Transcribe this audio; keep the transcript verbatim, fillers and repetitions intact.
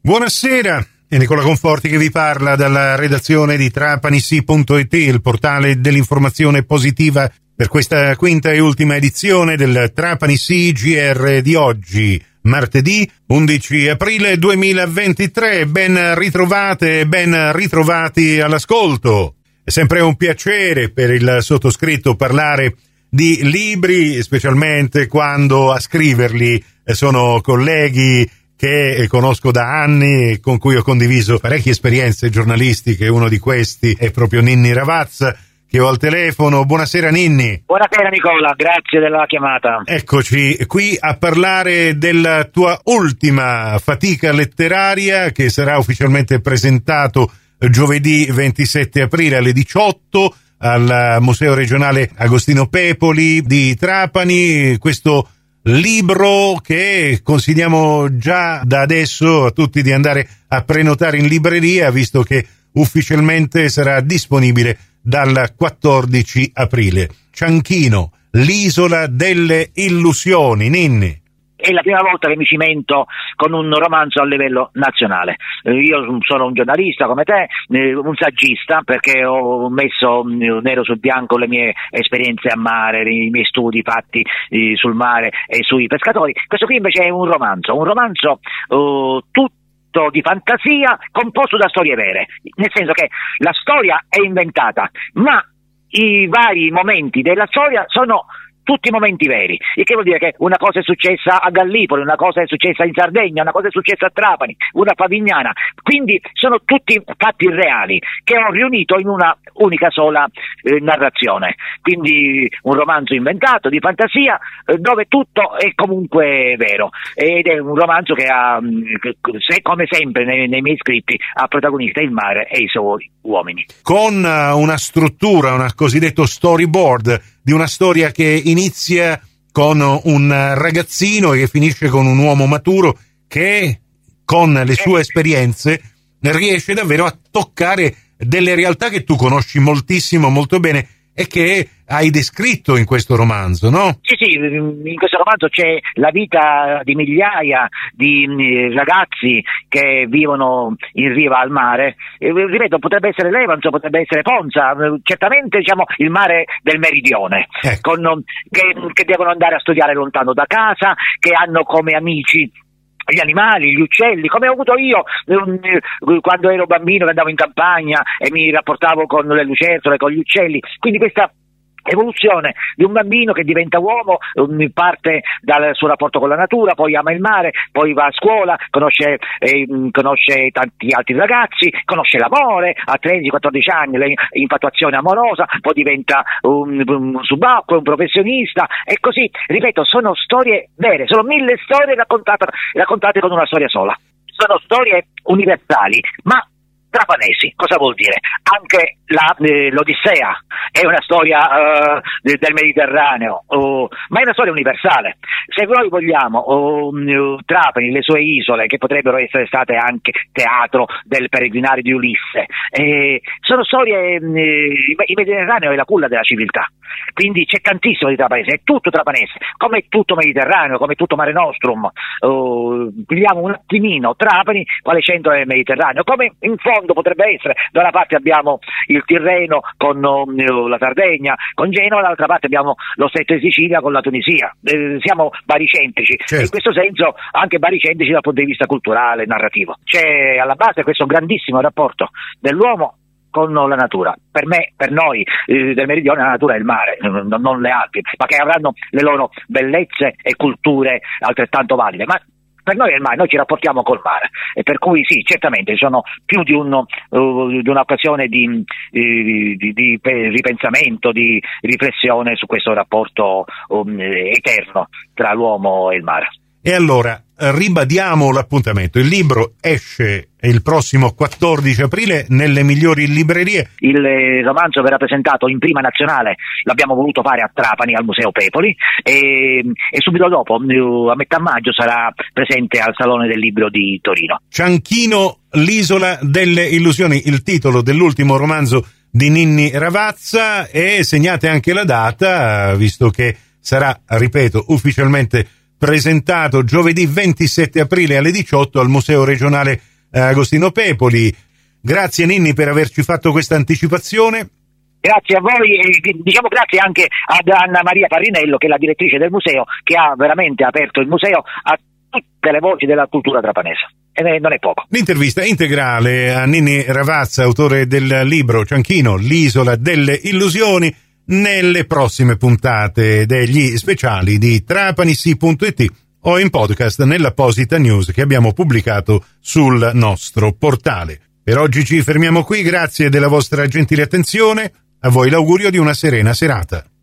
Buonasera, è Nicola Conforti che vi parla dalla redazione di Trapani Sì punto it, il portale dell'informazione positiva, per questa quinta e ultima edizione del Trapani Sì G R di oggi, martedì undici aprile duemilaventitré. Ben ritrovate e ben ritrovati all'ascolto. È sempre un piacere per il sottoscritto parlare di libri, specialmente quando a scriverli sono colleghi che conosco da anni e con cui ho condiviso parecchie esperienze giornalistiche. Uno di questi è proprio Ninni Ravazza, che ho al telefono. Buonasera Ninni. Buonasera Nicola, grazie della chiamata. Eccoci qui a parlare della tua ultima fatica letteraria, che sarà ufficialmente presentato giovedì ventisette aprile alle diciotto al Museo Regionale Agostino Pepoli di Trapani. Questo libro che consigliamo già da adesso a tutti di andare a prenotare in libreria, visto che ufficialmente sarà disponibile dal quattordici aprile. Cianchino, l'isola delle illusioni. Ninni. È la prima volta che mi cimento con un romanzo a livello nazionale. Io sono un giornalista come te, un saggista, perché ho messo nero su bianco le mie esperienze a mare, i miei studi fatti sul mare e sui pescatori. Questo qui invece è un romanzo, un romanzo uh, tutto di fantasia, composto da storie vere, nel senso che la storia è inventata, ma i vari momenti della storia sono tutti momenti veri, il che vuol dire che una cosa è successa a Gallipoli, una cosa è successa in Sardegna, una cosa è successa a Trapani, una a Favignana, quindi sono tutti fatti reali che ho riunito in una unica sola eh, narrazione, quindi un romanzo inventato di fantasia eh, dove tutto è comunque vero, ed è un romanzo che ha, che, se, come sempre nei, nei miei scritti, ha protagonista il mare e i suoi uomini. Con una struttura, un cosiddetto storyboard di una storia che inizia con un ragazzino e che finisce con un uomo maturo che, con le sue esperienze, riesce davvero a toccare delle realtà che tu conosci moltissimo, molto bene, e che hai descritto in questo romanzo, no? Sì, sì, in questo romanzo c'è la vita di migliaia di ragazzi che vivono in riva al mare. E, ripeto, potrebbe essere Levanzo, potrebbe essere Ponza, certamente diciamo il mare del meridione, ecco. con, che, che devono andare a studiare lontano da casa, che hanno come amici gli animali, gli uccelli, come ho avuto io um, quando ero bambino, che andavo in campagna e mi rapportavo con le lucertole, con gli uccelli. Quindi questa evoluzione di un bambino che diventa uomo, um, parte dal suo rapporto con la natura, poi ama il mare, poi va a scuola, conosce, eh, conosce tanti altri ragazzi, conosce l'amore a tredici quattordici anni, l'infatuazione amorosa, poi diventa un, un subacqueo, un professionista, e così, ripeto, sono storie vere, sono mille storie raccontate, raccontate con una storia sola. Sono storie universali, ma trapanesi. Cosa vuol dire? Anche la, eh, l'Odissea è una storia uh, del Mediterraneo, uh, ma è una storia universale. Se noi vogliamo uh, uh, Trapani, le sue isole, che potrebbero essere state anche teatro del peregrinario di Ulisse, eh, sono storie, eh, il Mediterraneo è la culla della civiltà, quindi c'è tantissimo di trapanese, è tutto trapanese, come tutto Mediterraneo, come tutto Mare Nostrum. Uh, pigliamo un attimino Trapani quale centro del Mediterraneo, come in fondo potrebbe essere, da una parte abbiamo il Tirreno con uh, la Sardegna, con Genova, dall'altra parte abbiamo lo Stretto di Sicilia con la Tunisia. Eh, siamo baricentrici, certo. In questo senso anche baricentrici dal punto di vista culturale e narrativo. C'è alla base questo grandissimo rapporto dell'uomo con la natura. Per me, per noi eh, del meridione, la natura è il mare, non, non le Alpi, ma che avranno le loro bellezze e culture altrettanto valide, ma per noi è il mare, noi ci rapportiamo col mare, e per cui sì, certamente sono più di, uno, uh, di un'occasione di, di, di, di ripensamento, di riflessione su questo rapporto um, eterno tra l'uomo e il mare. E allora ribadiamo l'appuntamento. Il libro esce il prossimo quattordici aprile nelle migliori librerie. Il romanzo verrà presentato in prima nazionale, l'abbiamo voluto fare a Trapani al Museo Pepoli, e, e subito dopo, a metà maggio, sarà presente al Salone del Libro di Torino. Cianchino, l'isola delle illusioni, il titolo dell'ultimo romanzo di Ninni Ravazza, e segnate anche la data, visto che sarà, ripeto, ufficialmente presentato giovedì ventisette aprile alle diciotto al Museo Regionale Agostino Pepoli. Grazie Ninni per averci fatto questa anticipazione. Grazie a voi e diciamo grazie anche ad Anna Maria Parrinello, che è la direttrice del museo, che ha veramente aperto il museo a tutte le voci della cultura trapanese. E non è poco. L'intervista integrale a Ninni Ravazza, autore del libro Cianchino, l'isola delle illusioni, nelle prossime puntate degli speciali di Trapanissi punto it o in podcast nell'apposita news che abbiamo pubblicato sul nostro portale. Per oggi ci fermiamo qui, grazie della vostra gentile attenzione, a voi l'augurio di una serena serata.